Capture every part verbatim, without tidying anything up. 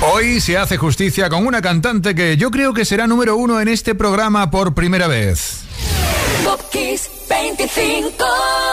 Hoy se hace justicia con una cantante que yo creo que será número uno en este programa por primera vez. Top Kiss veinticinco.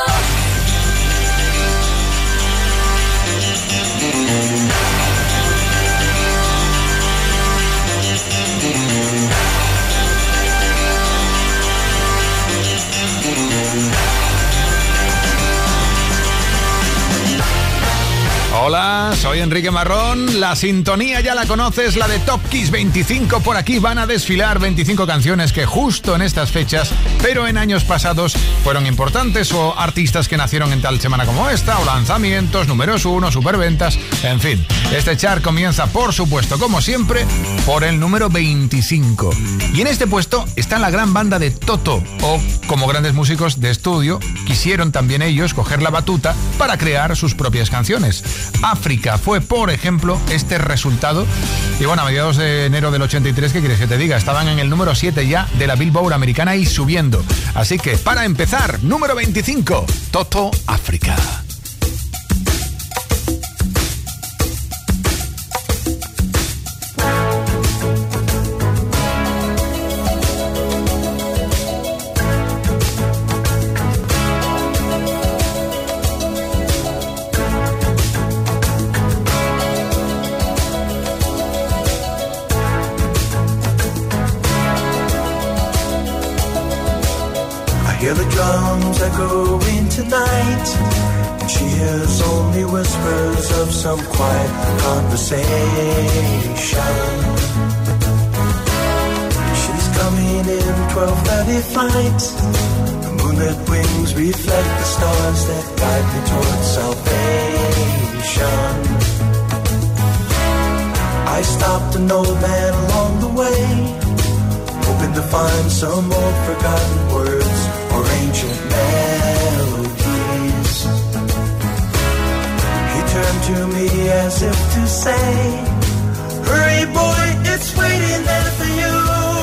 Hola, soy Enrique Marrón. La sintonía ya la conoces, la de Top Kiss veinticinco. Por aquí van a desfilar veinticinco canciones que justo en estas fechas, pero en años pasados, fueron importantes, o artistas que nacieron en tal semana como esta, o lanzamientos, números uno, superventas, en fin. Este chart comienza, por supuesto, como siempre, por el número veinticinco. Y en este puesto está la gran banda de Toto, o como grandes músicos de estudio, quisieron también ellos coger la batuta para crear sus propias canciones. África fue, por ejemplo, este resultado. Y bueno, a mediados de enero del ochenta y tres, ¿qué quieres que te diga? Estaban en el número siete ya de la Billboard americana y subiendo. Así que, para empezar, número veinticinco, Toto, África. Hear the drums echoing tonight, and she hears only whispers of some quiet conversation. She's coming in twelve thirty flight. The moonlit wings reflect the stars that guide me towards salvation. I stopped an old man along the way, hoping to find some old forgotten words or ancient melodies. He turned to me as if to say, hurry boy, it's waiting there for you.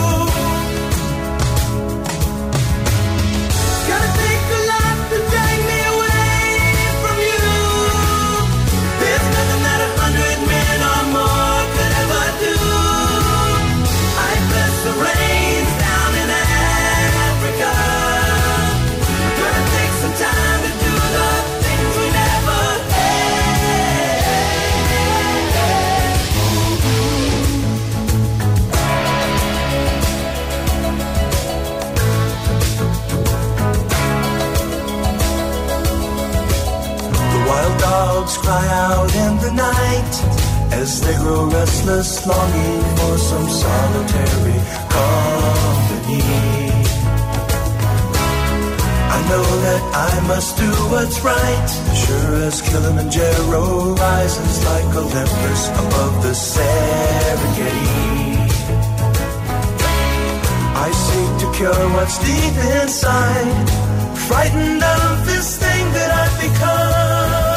Gotta take a lot to drag me away from you. There's nothing that a hundred men or more could ever do. I bless the rains down in Africa. Time to do the things we never had. The wild dogs cry out in the night as they grow restless, longing for some solitary company. I know that I must do what's right, sure as Kilimanjaro rises like Olympus above the Serengeti. I seek to cure what's deep inside, frightened of this thing that I've become.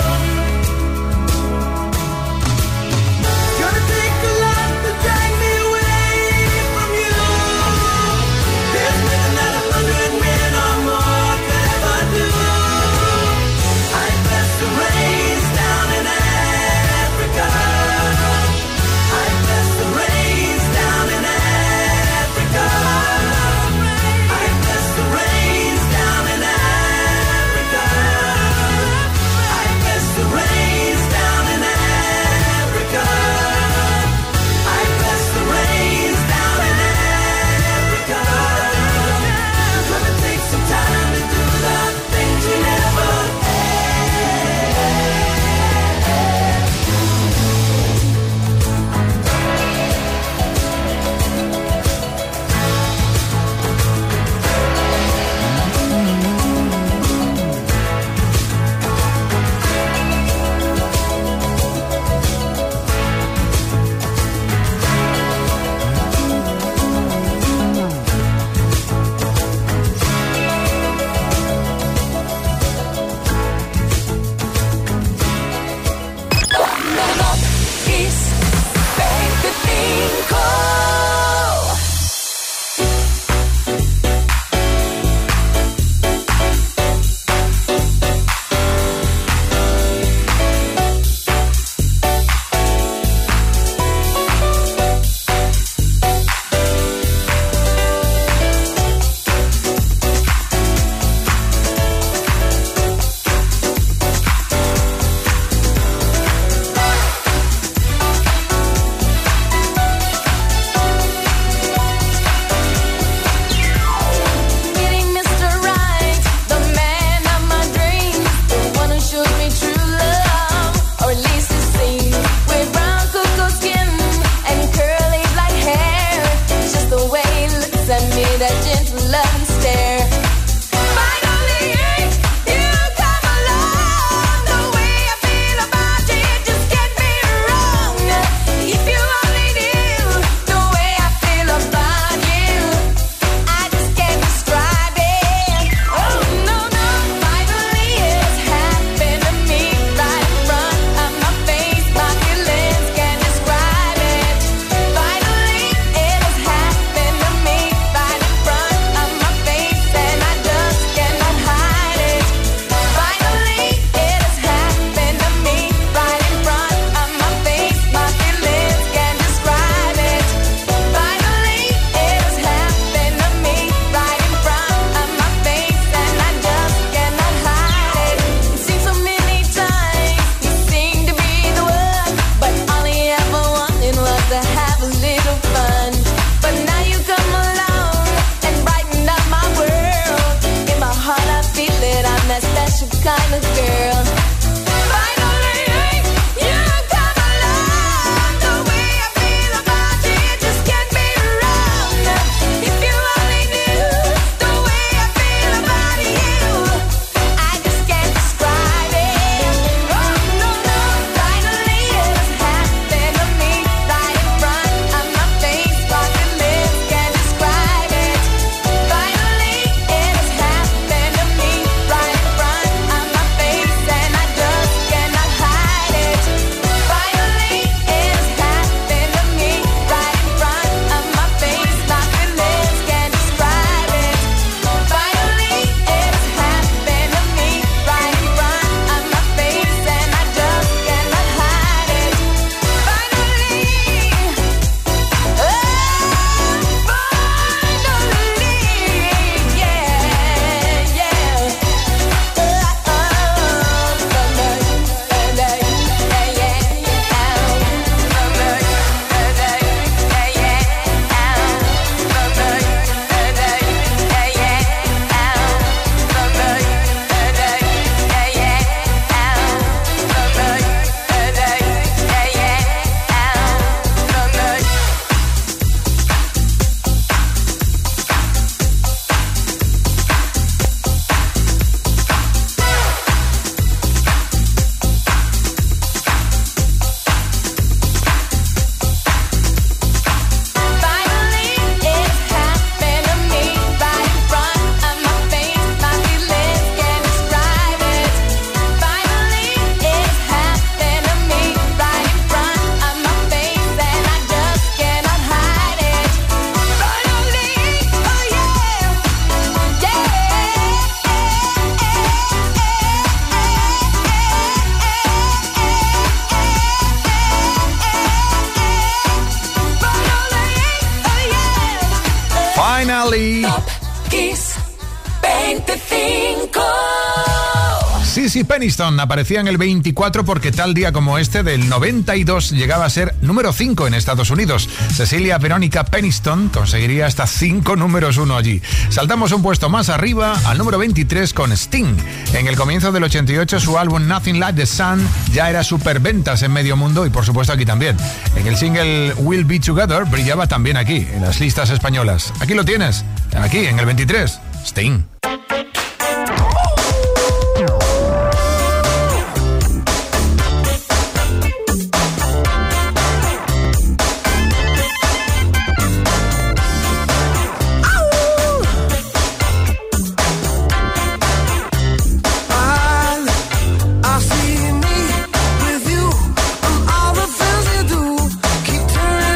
Gonna take a lot to drag me away from you. There's nothing that a hundred men or more do. I bless the rains down in Africa. I bless the rains down in Africa. I bless the rains down in Africa. I little fun. But now you come along and brighten up my world. In my heart I feel it, I'm that special kind of girl. Top Kiss veinticinco. Sissy Peniston aparecía en el veinticuatro porque tal día como este del noventa y dos llegaba a ser número cinco en Estados Unidos. Cecilia Verónica Peniston conseguiría hasta cinco números uno allí. Saltamos un puesto más arriba al número veintitrés con Sting. En el comienzo del ochenta y ocho su álbum Nothing Like the Sun ya era superventas en medio mundo y por supuesto aquí también. En el single We'll Be Together brillaba también aquí, en las listas españolas. Aquí lo tienes, aquí en el veintitrés, Sting.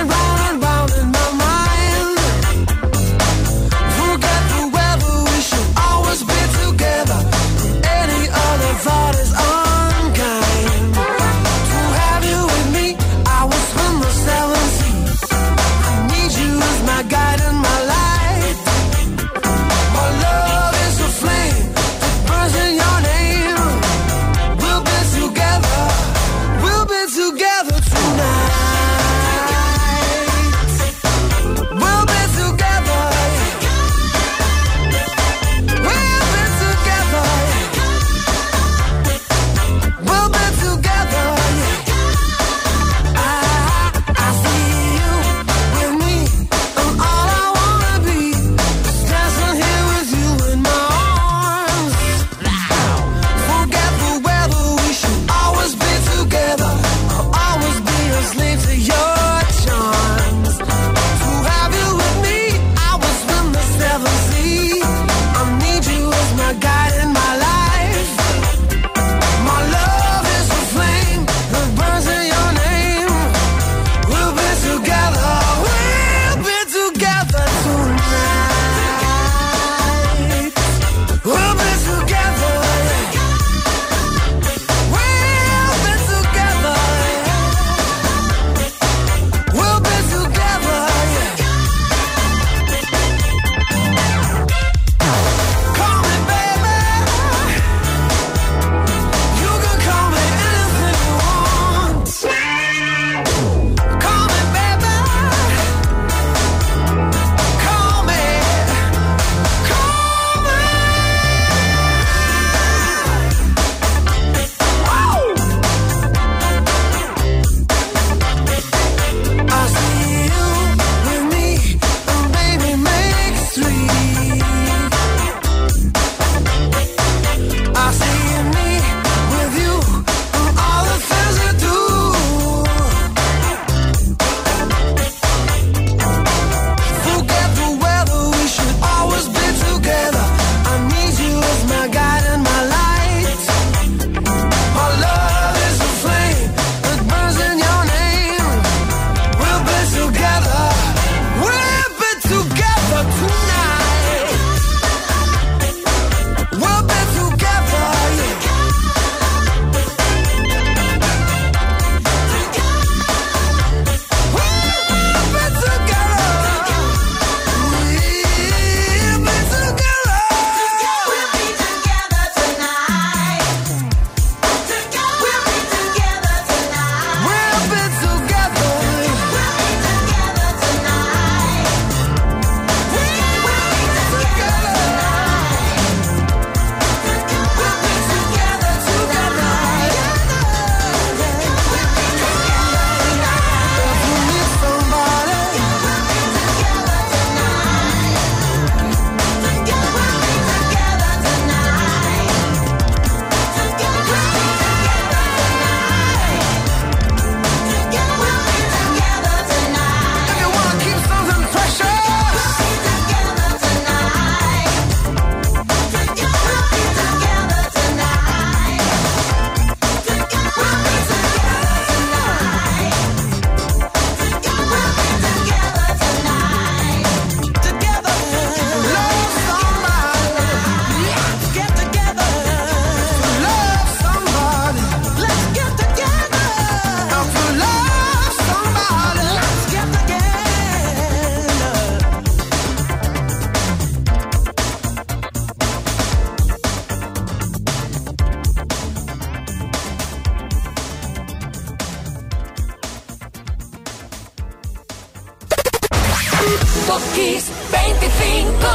Forget the weather, we should Top Kiss veinticinco.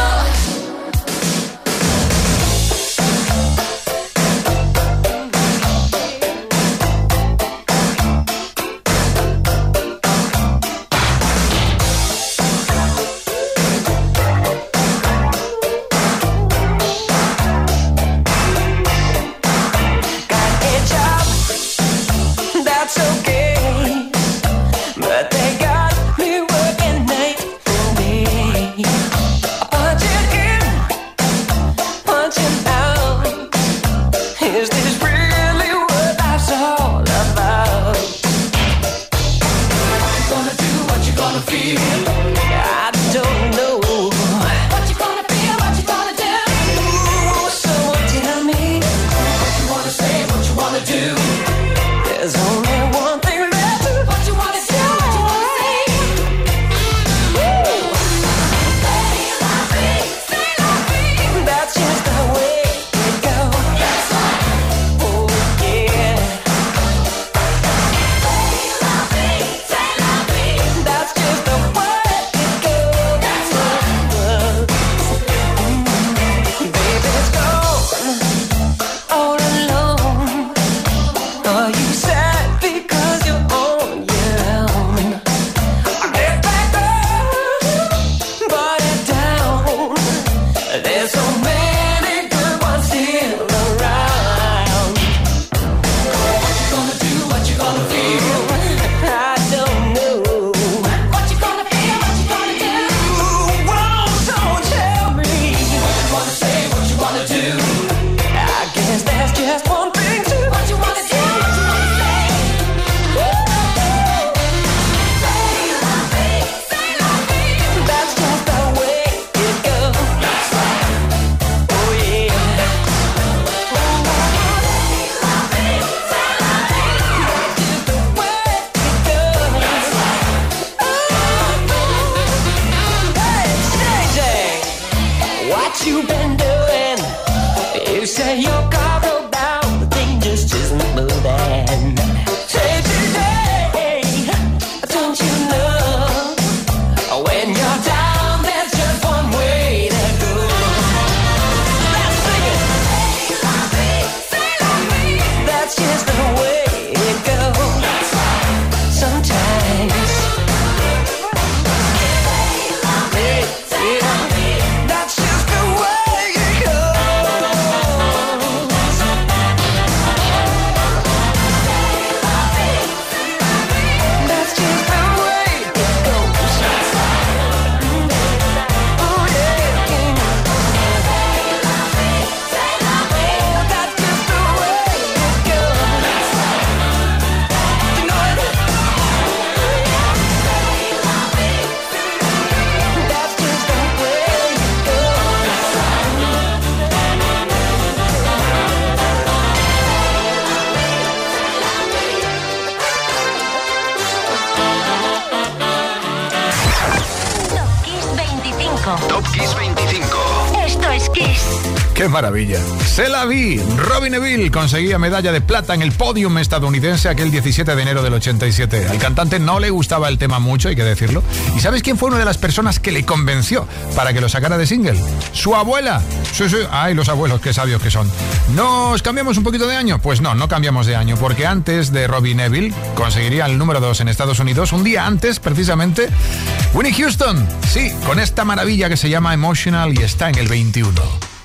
¡Qué maravilla! Se la vi. Robbie Neville conseguía medalla de plata en el podium estadounidense aquel diecisiete de enero del ochenta y siete. Al cantante no le gustaba el tema mucho, hay que decirlo. ¿Y sabes quién fue una de las personas que le convenció para que lo sacara de single? ¡Su abuela! Sí, sí. ¡Ay, los abuelos, qué sabios que son! ¿Nos cambiamos un poquito de año? Pues no, no cambiamos de año, porque antes de Robbie Neville conseguiría el número dos en Estados Unidos, un día antes, precisamente, Whitney Houston. Sí, con esta maravilla que se llama Emotional y está en el veintiuno.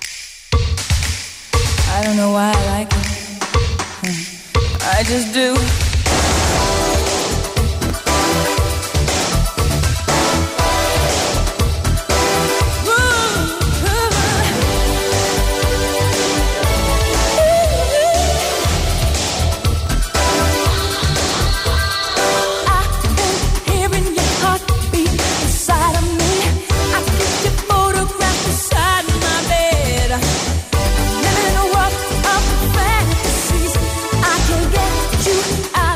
I don't know why I like it. I just do. I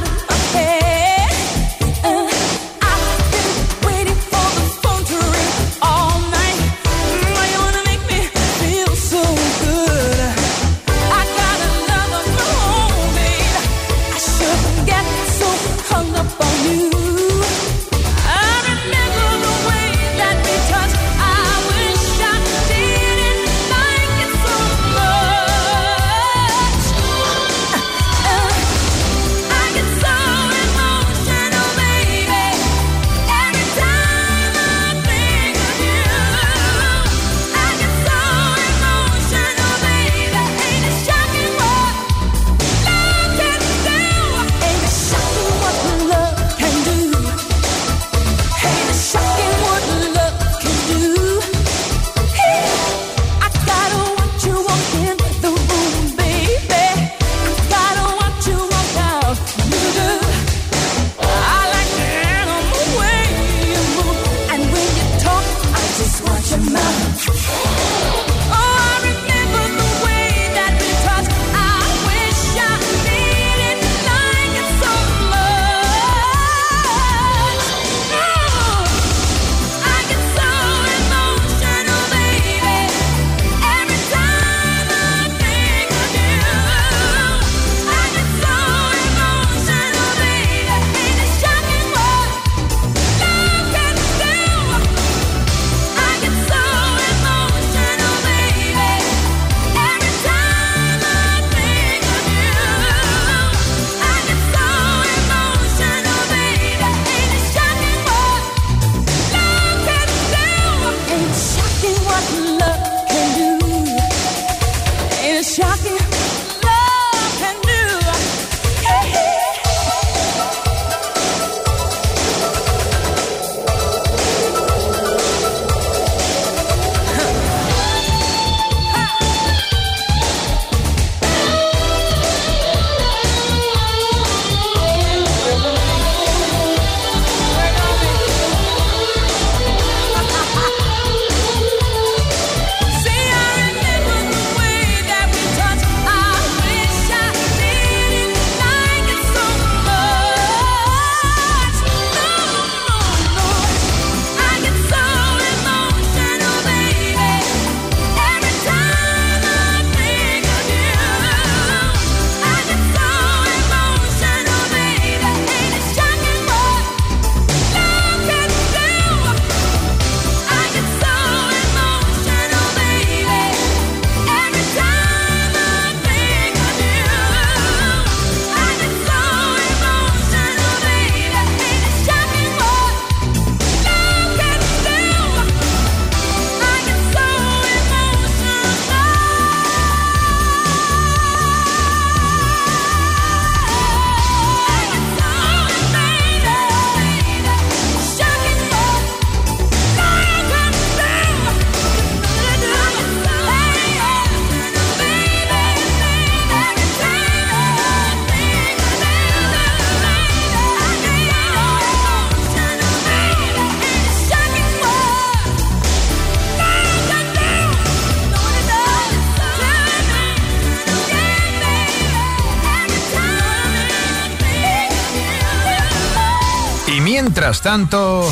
Mientras tanto...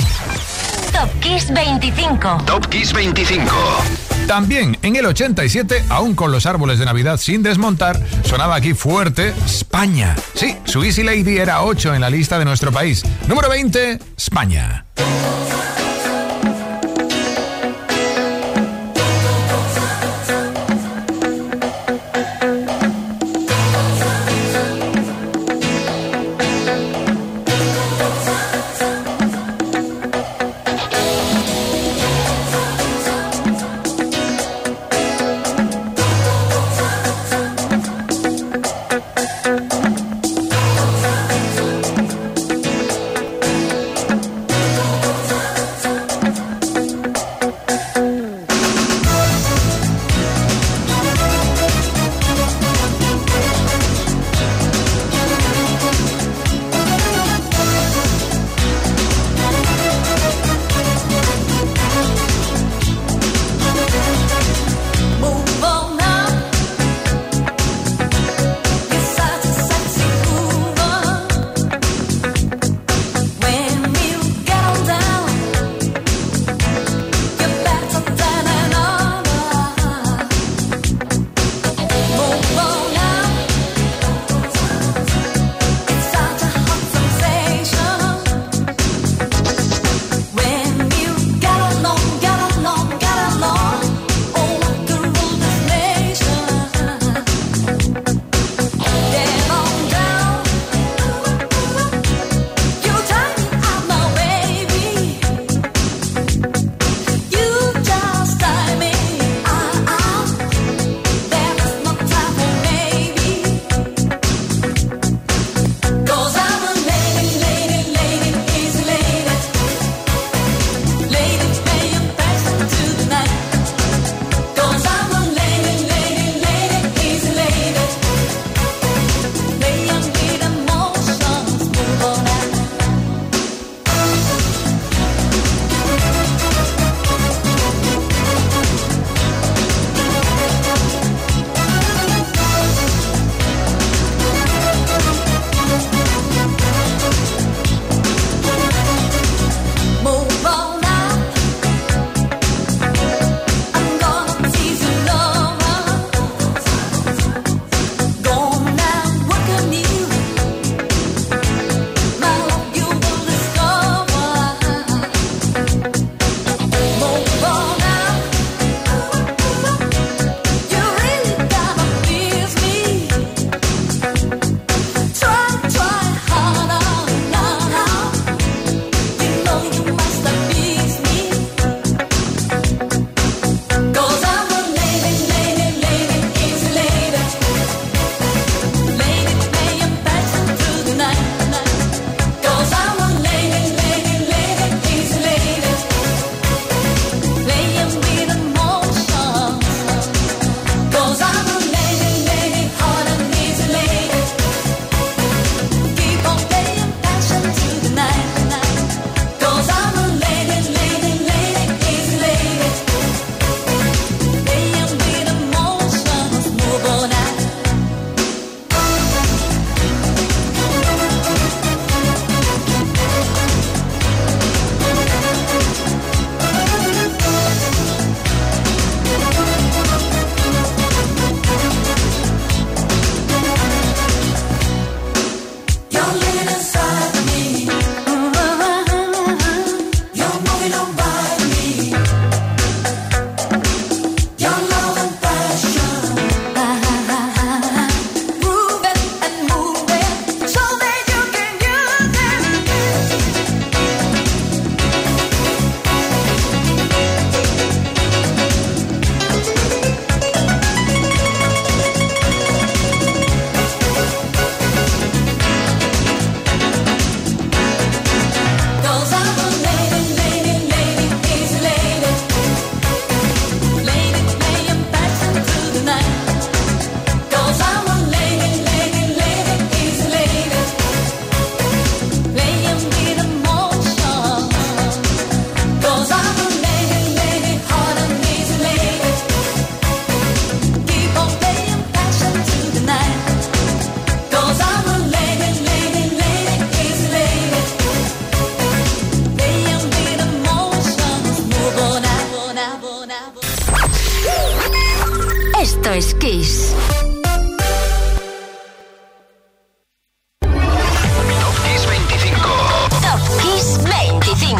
Top Kiss veinticinco. Top Kiss veinticinco. También en el ochenta y siete, aún con los árboles de Navidad sin desmontar, sonaba aquí fuerte España. Sí, su Easy Lady era ocho en la lista de nuestro país. Número veinte, España.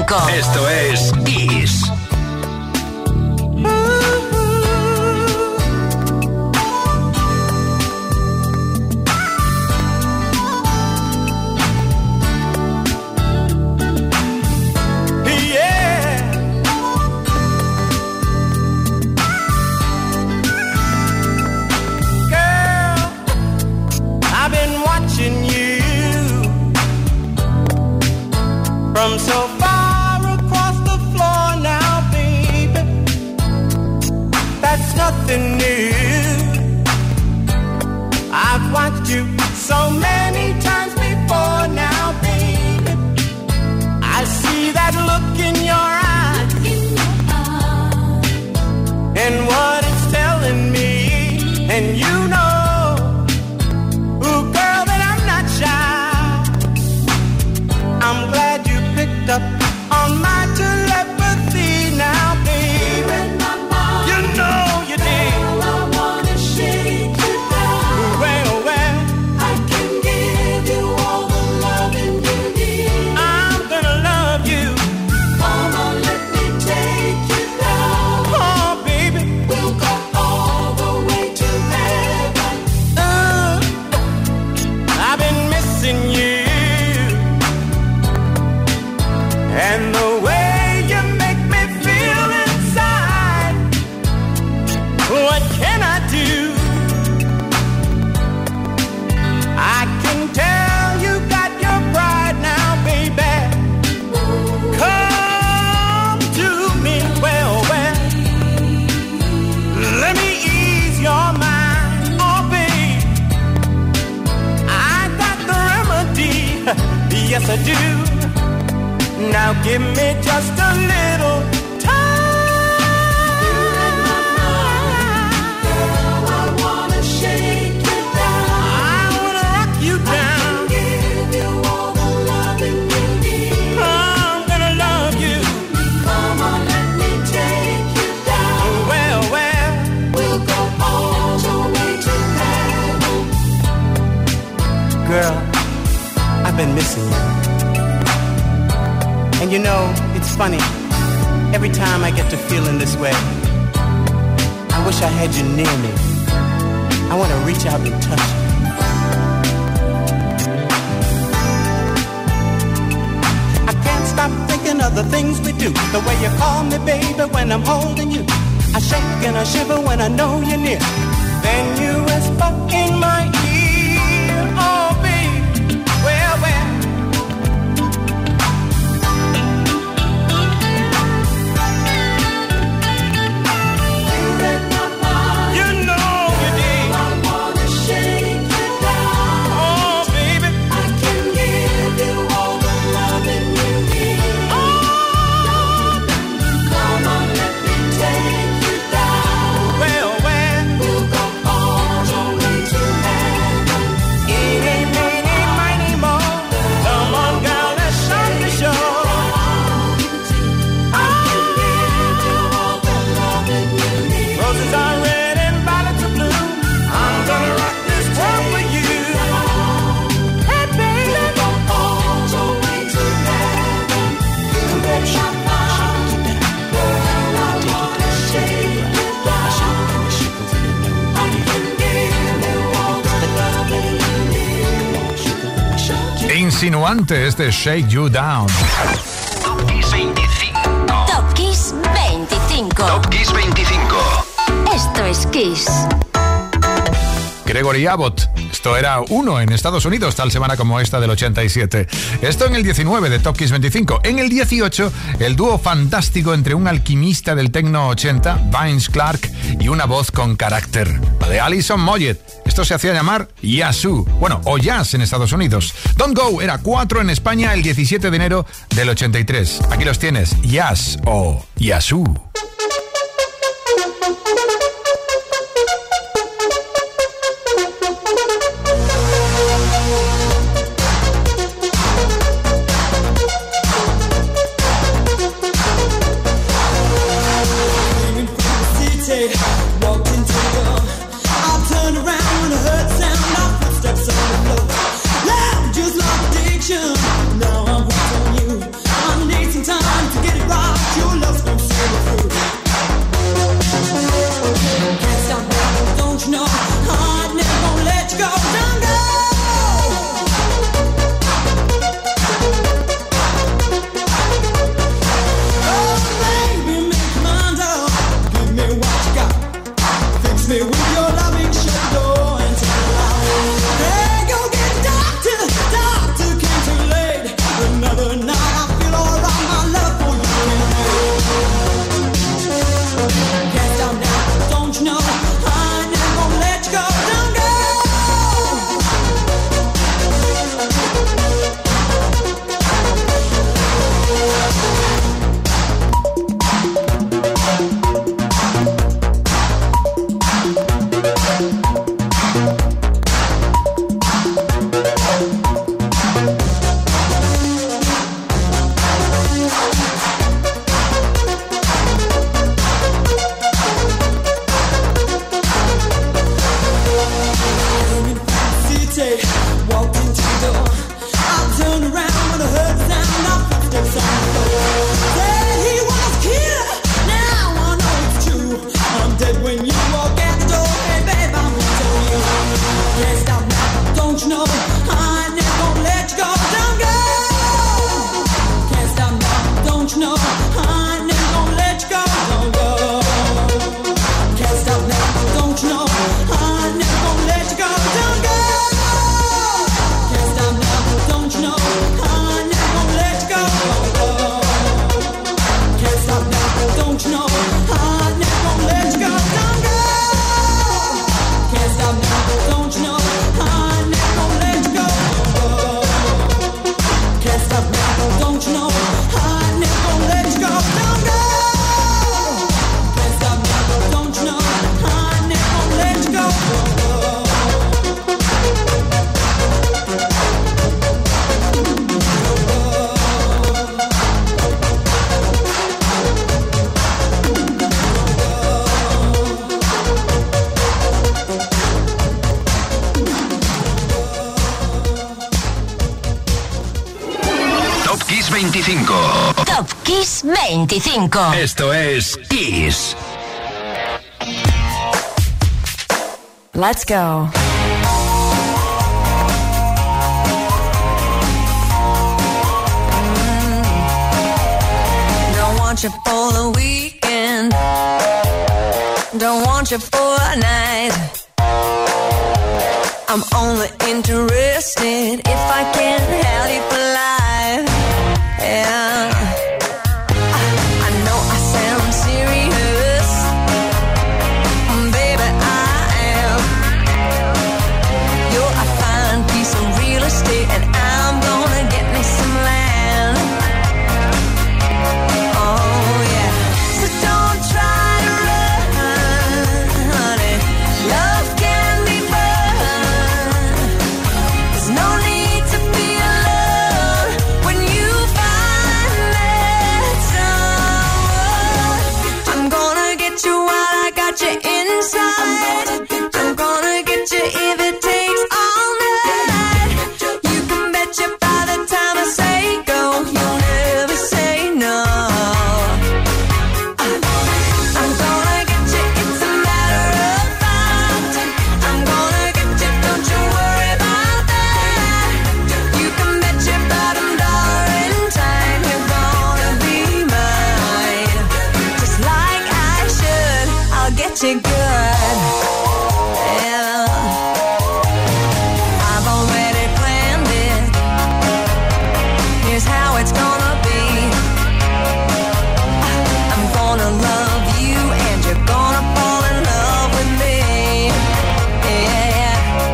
veinticinco. Esto es Kiss. From so far across the floor now, baby, that's nothing new. I've watched you so many times before now, baby. I see that look in your eyes, and what it's telling me, and you know, ooh, girl, that I'm not shy. I'm glad you picked up on my telepathy now, baby. You know you did. I wanna shake you down. Well, well, I can give you all the loving you need. I'm gonna love you. Come on, let me take you down. Oh, baby, we'll go all the way to heaven. Uh, I've been missing you. And the way you make me feel inside, what can I do? I can tell you got your pride now, baby. Come to me, well, well. Let me ease your mind, oh, babe. I got the remedy, yes I do. Now give me just a little time. Girl, I wanna shake you down. I wanna rock you down. Give you all the loving you need. I'm gonna love you. Come on, let me take you down. Well, well, we'll go all the way to heaven. Girl, I've been missing you. And you know, it's funny, every time I get to feeling this way, I wish I had you near me. I want to reach out and touch you. I can't stop thinking of the things we do. The way you call me, baby, when I'm holding you. I shake and I shiver when I know you're near. Then you whisper in my ear, oh, baby, well, well. Insinuante este Shake You Down. Top Kiss veinticinco. Top Kiss veinticinco. Top Kiss veinticinco. Esto es Kiss. Gregory Abbott. Esto era uno en Estados Unidos, tal semana como esta del ochenta y siete. Esto en el diecinueve de Top Kiss veinticinco. En el dieciocho, el dúo fantástico entre un alquimista del techno ochenta, Vince Clarke, y una voz con carácter, la de Alison Moyet. Esto se hacía llamar Yazoo, bueno, o Jazz en Estados Unidos. Don't Go era cuatro en España el diecisiete de enero del ochenta y tres. Aquí los tienes, Jazz o Yazoo. Now I'm hooked on you. I need some time. veinticinco. Top Kiss veinticinco. Esto es Kiss. Let's go. Don't want you for the weekend. Don't want you for a night. I'm only interested if I can have you for life. Yeah. I, I know I sound serious, baby, I am. You're a fine piece of real estate, and I'm gonna get me some land. Oh yeah. So don't try to run, honey. Love can be fun. There's no need to be alone when you find that someone. I'm gonna get you while I got you inside. I'm gonna get you if it takes all night. You can bet you by the time I say go, you'll never say no. I'm gonna get you, it's a matter of fact. I'm gonna get you, don't you worry about that. You can bet your bottom dollar in time you're gonna be mine. Just like I should, I'll get you good. Yeah. I've already planned it. Here's how it's gonna be. I'm gonna love you and you're gonna fall in love with me. Yeah.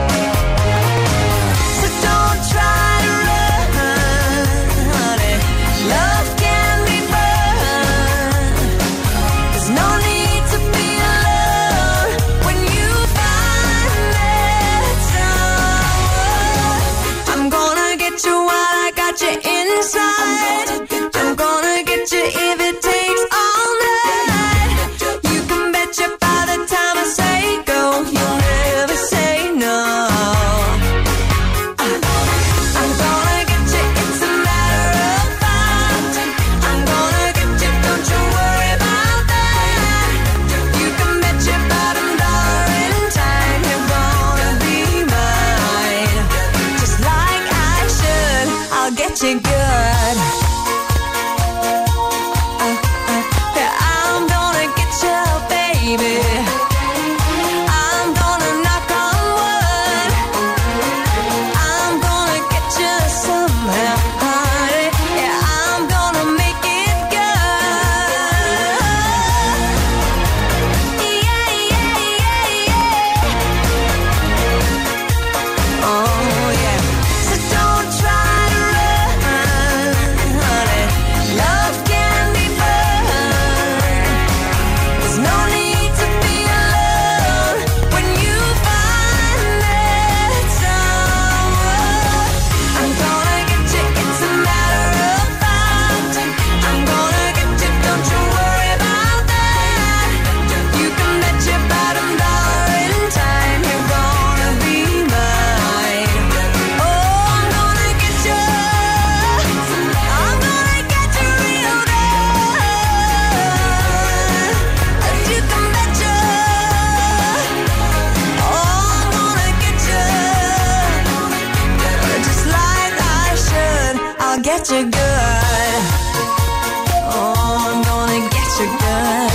So don't try to run, honey. Love can be fun. There's no need to be alone when you find that someone. I'm gonna get you while I got you inside. I'm gonna get you if it takes all night. You can bet you by the time I say go, you'll never say no. I'm gonna get you, it's a matter of fact. I'm gonna get you, don't you worry about that. You can bet your bottom dollar in time you're gonna be mine. Just like I should, I'll get you good. Uh, uh, yeah, I'm gonna get you, baby. I'm gonna knock on wood. I'm gonna get you somehow, honey. Yeah, I'm gonna make it good. Yeah, yeah, yeah, yeah. Oh yeah. So don't try to run, honey. Love can be fun. There's no need to be alone when you find that someone. I'm gonna get you, it's a matter of fact. I'm gonna get you, don't you worry about that. You can bet your bottom dollar in time you're gonna be mine. Oh, I'm gonna get you, I'm gonna get you real good. You can bet you, oh, I'm gonna get you, just like I should, I'll get you good. Oh, I'm gonna get you good.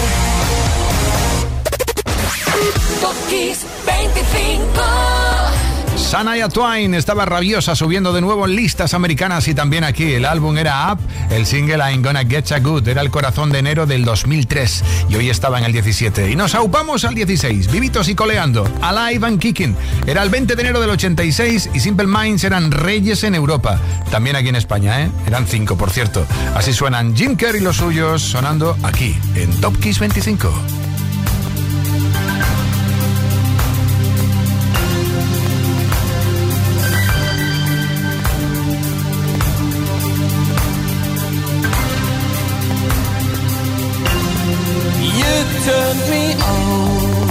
Top Kiss veinticinco. Shania Twain estaba rabiosa subiendo de nuevo en listas americanas y también aquí. El álbum era Up, el single I'm Gonna Get Ya Good era el corazón de enero del dos mil tres y hoy estaba en el diecisiete. Y nos aupamos al dieciséis, vivitos y coleando. Alive and Kicking era el veinte de enero del ochenta y seis y Simple Minds eran reyes en Europa. También aquí en España, ¿eh? Eran cinco, por cierto. Así suenan Jim Carrey y los suyos sonando aquí en Top Kiss veinticinco. Turn me on.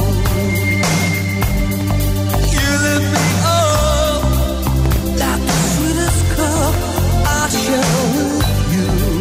You lift me up like the sweetest cup I share with you.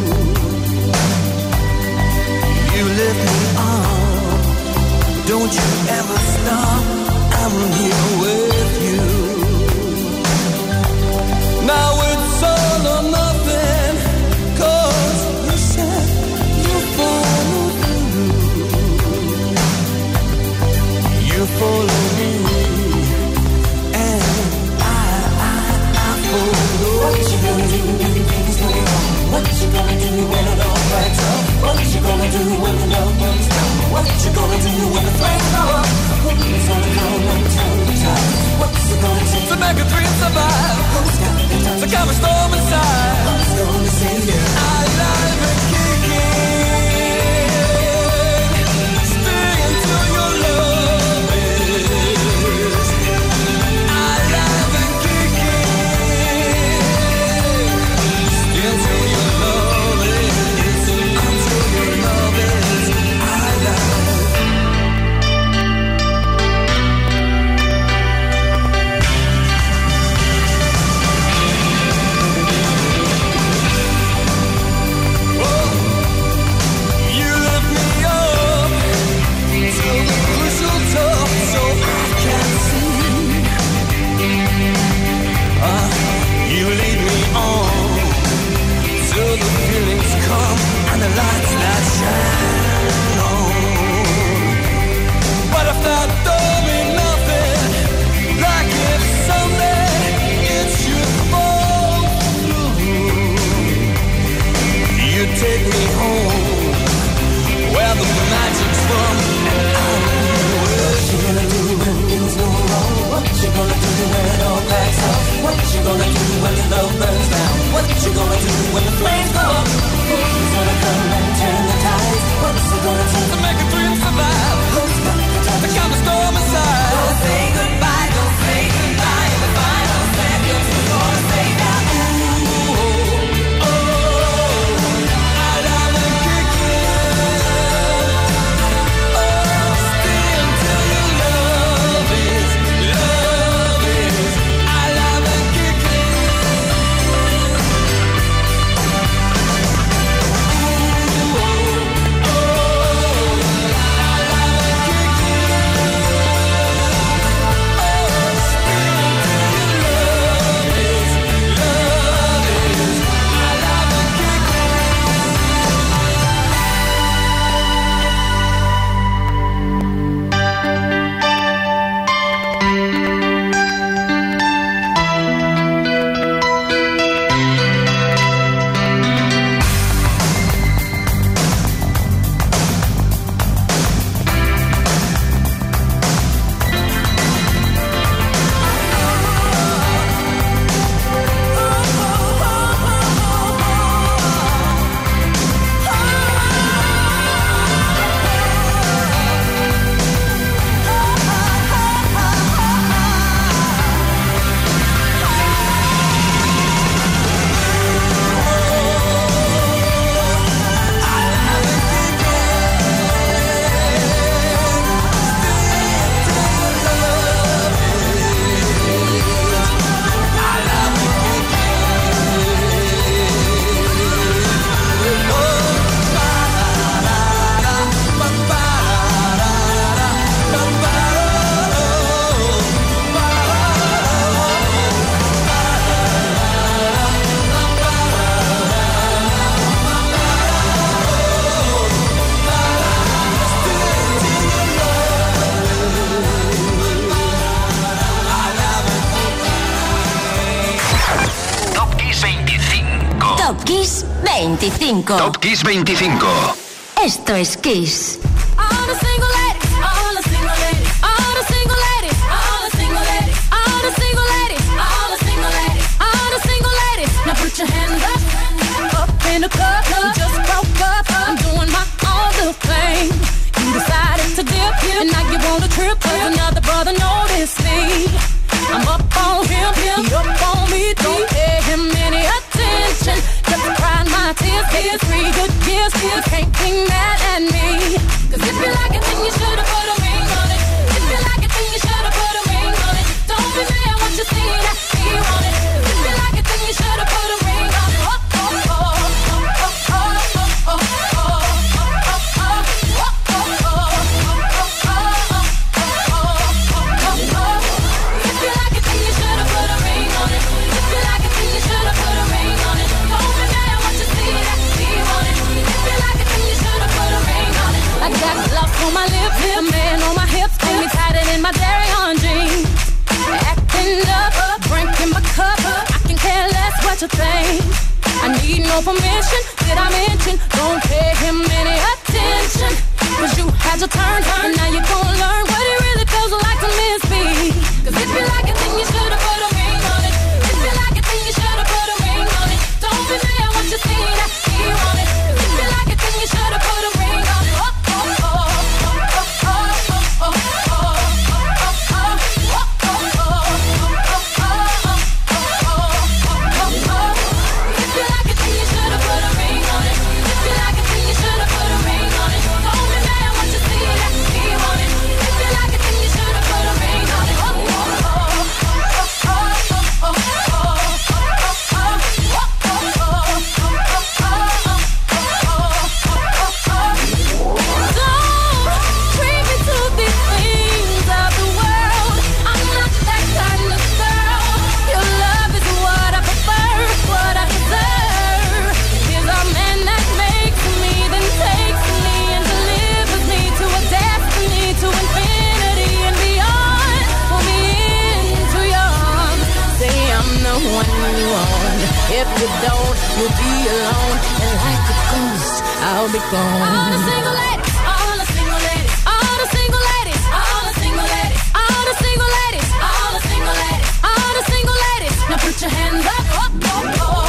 veinticinco. Top Kiss veinticinco. Esto es Kiss. All the single ladies, all the single ladies, all the single ladies, all the single ladies, all the single ladies, all the single ladies, all the single ladies. Now put your hands up, up in the club. You just broke up. I'm doing my own little thing. You decided to dip, and now you want a trip. Cause another brother noticed me. I'm up on him, he up on me. Don't pay him any attention. Just crying my tears, tears, three good years. You can't be mad at me. Cause if you like it, then you should've put a ring on it. If you like it, then you should've put a ring on it. Don't be mad what you see that he want it. If you like it, then you should've put a ring on it. Oh, oh, oh, oh, oh, oh, oh, oh, I got gloves on my lips, a man on my hips, hold me tighter than my dairy on jeans. Acting up, drinking my cup, I can care less what you think. I need no permission, did I mention? Don't pay him any attention. Cause you had your turn, and now you're gonna learn what it really feels like to miss me. Cause if you like it, then you should've put a ring on it. If you like it, then you should've put a ring on it. Don't be mad what you see that he want it. If you like it, then you should've put a ring on it. Oh, oh, oh. If you don't, you'll be alone. And like a ghost, I'll be gone. All the single ladies, all the single ladies, all the single ladies, all the single ladies, all the single ladies, all the single ladies, all the single ladies. Now put your hands up. Oh, oh, oh.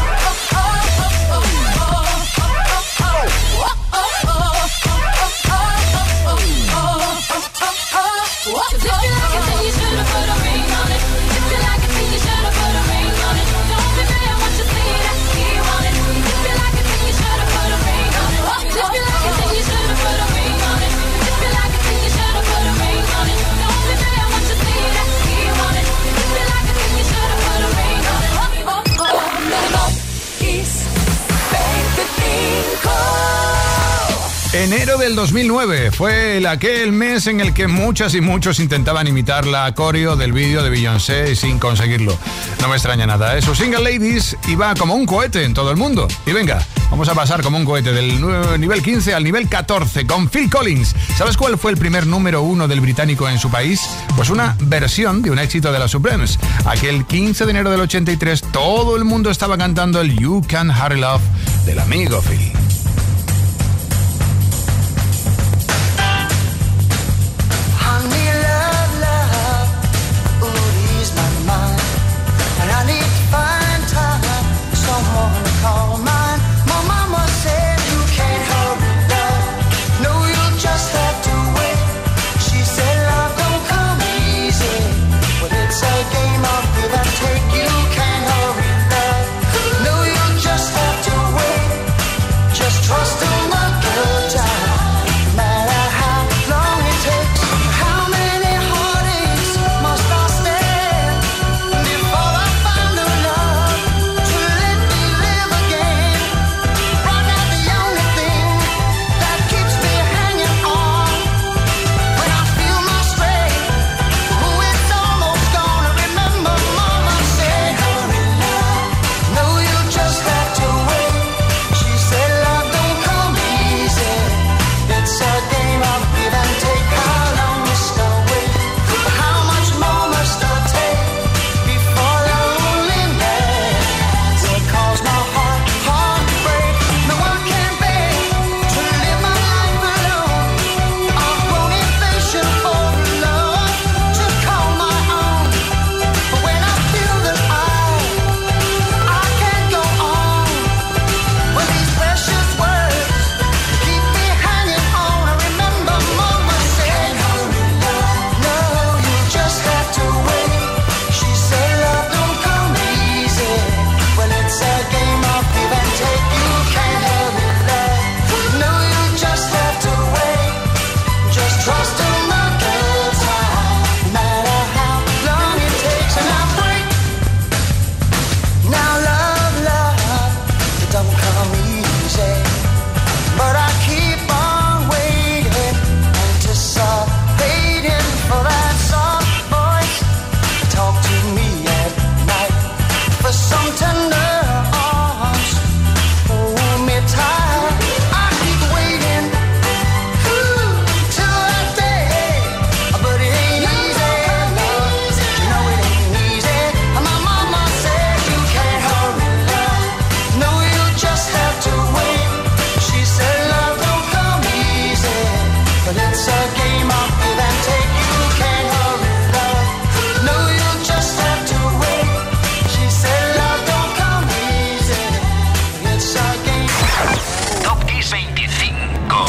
Cause if you like it, then you should've put a ring on it. If you like it, then you should've put a ring on it. Don't be mad what you see that he want it. If you like it, then you should've put a ring on it. If you like it, then you should've put a ring on it. If you like it, then you should've put a ring on it. Don't be mad what you see that he want it. If you like it, then you should've put a ring on it. Oh, oh, oh. Kiss veinticinco. Enero del dos mil nueve fue el, aquel mes en el que muchas y muchos intentaban imitar la coreo del vídeo de Beyoncé sin conseguirlo. No me extraña nada, ¿eh? Su single Ladies iba como un cohete en todo el mundo. Y venga, vamos a pasar como un cohete del nivel quince al nivel catorce con Phil Collins. ¿Sabes cuál fue el primer número uno del británico en su país? Pues una versión de un éxito de las Supremes. Aquel quince de enero del ochenta y tres todo el mundo estaba cantando el You Can't Hurry Love del amigo Phil. Take you can't hurry love. No, you just have to wait.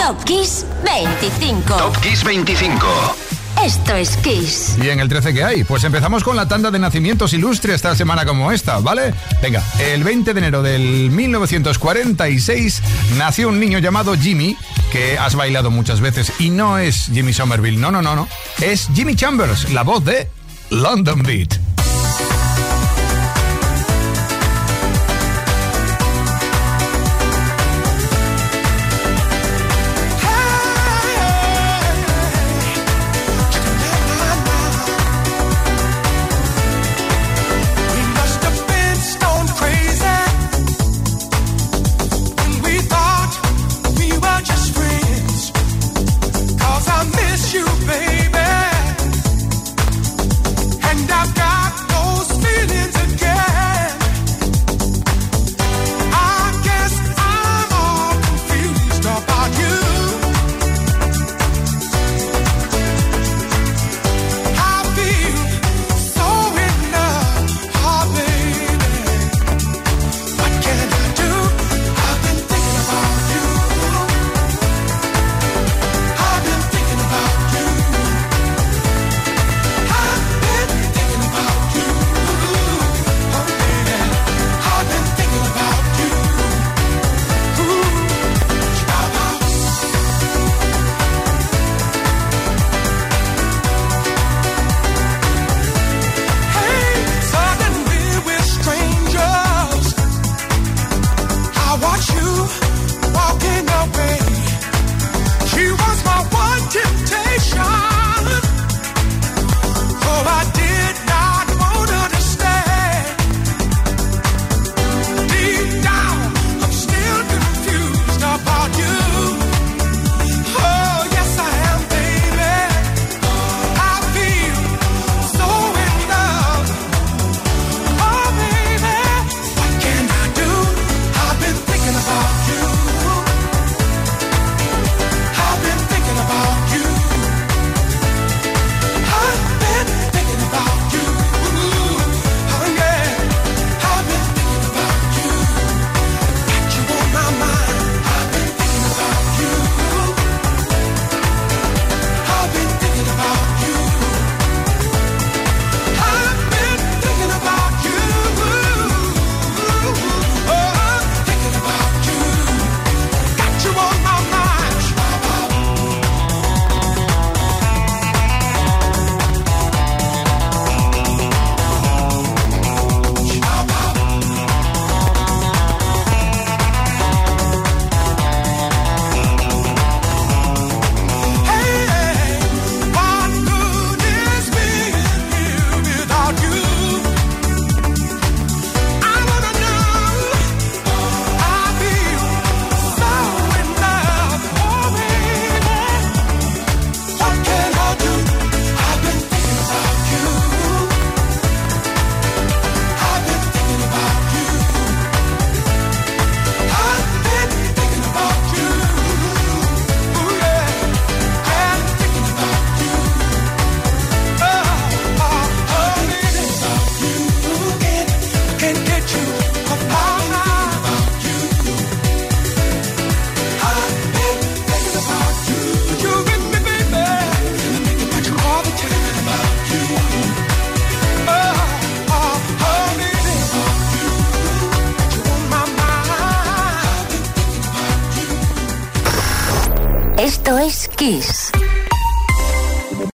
Top Kiss veinticinco. Top Kiss veinticinco. Esto es Kiss. ¿Y en el trece qué hay? Pues empezamos con la tanda de nacimientos ilustres esta semana como esta, ¿vale? Venga, el veinte de enero del mil novecientos cuarenta y seis nació un niño llamado Jimmy, que has bailado muchas veces, y no es Jimmy Somerville, no, no, no, no. Es Jimmy Chambers, la voz de London Beat. Esto es Kiss.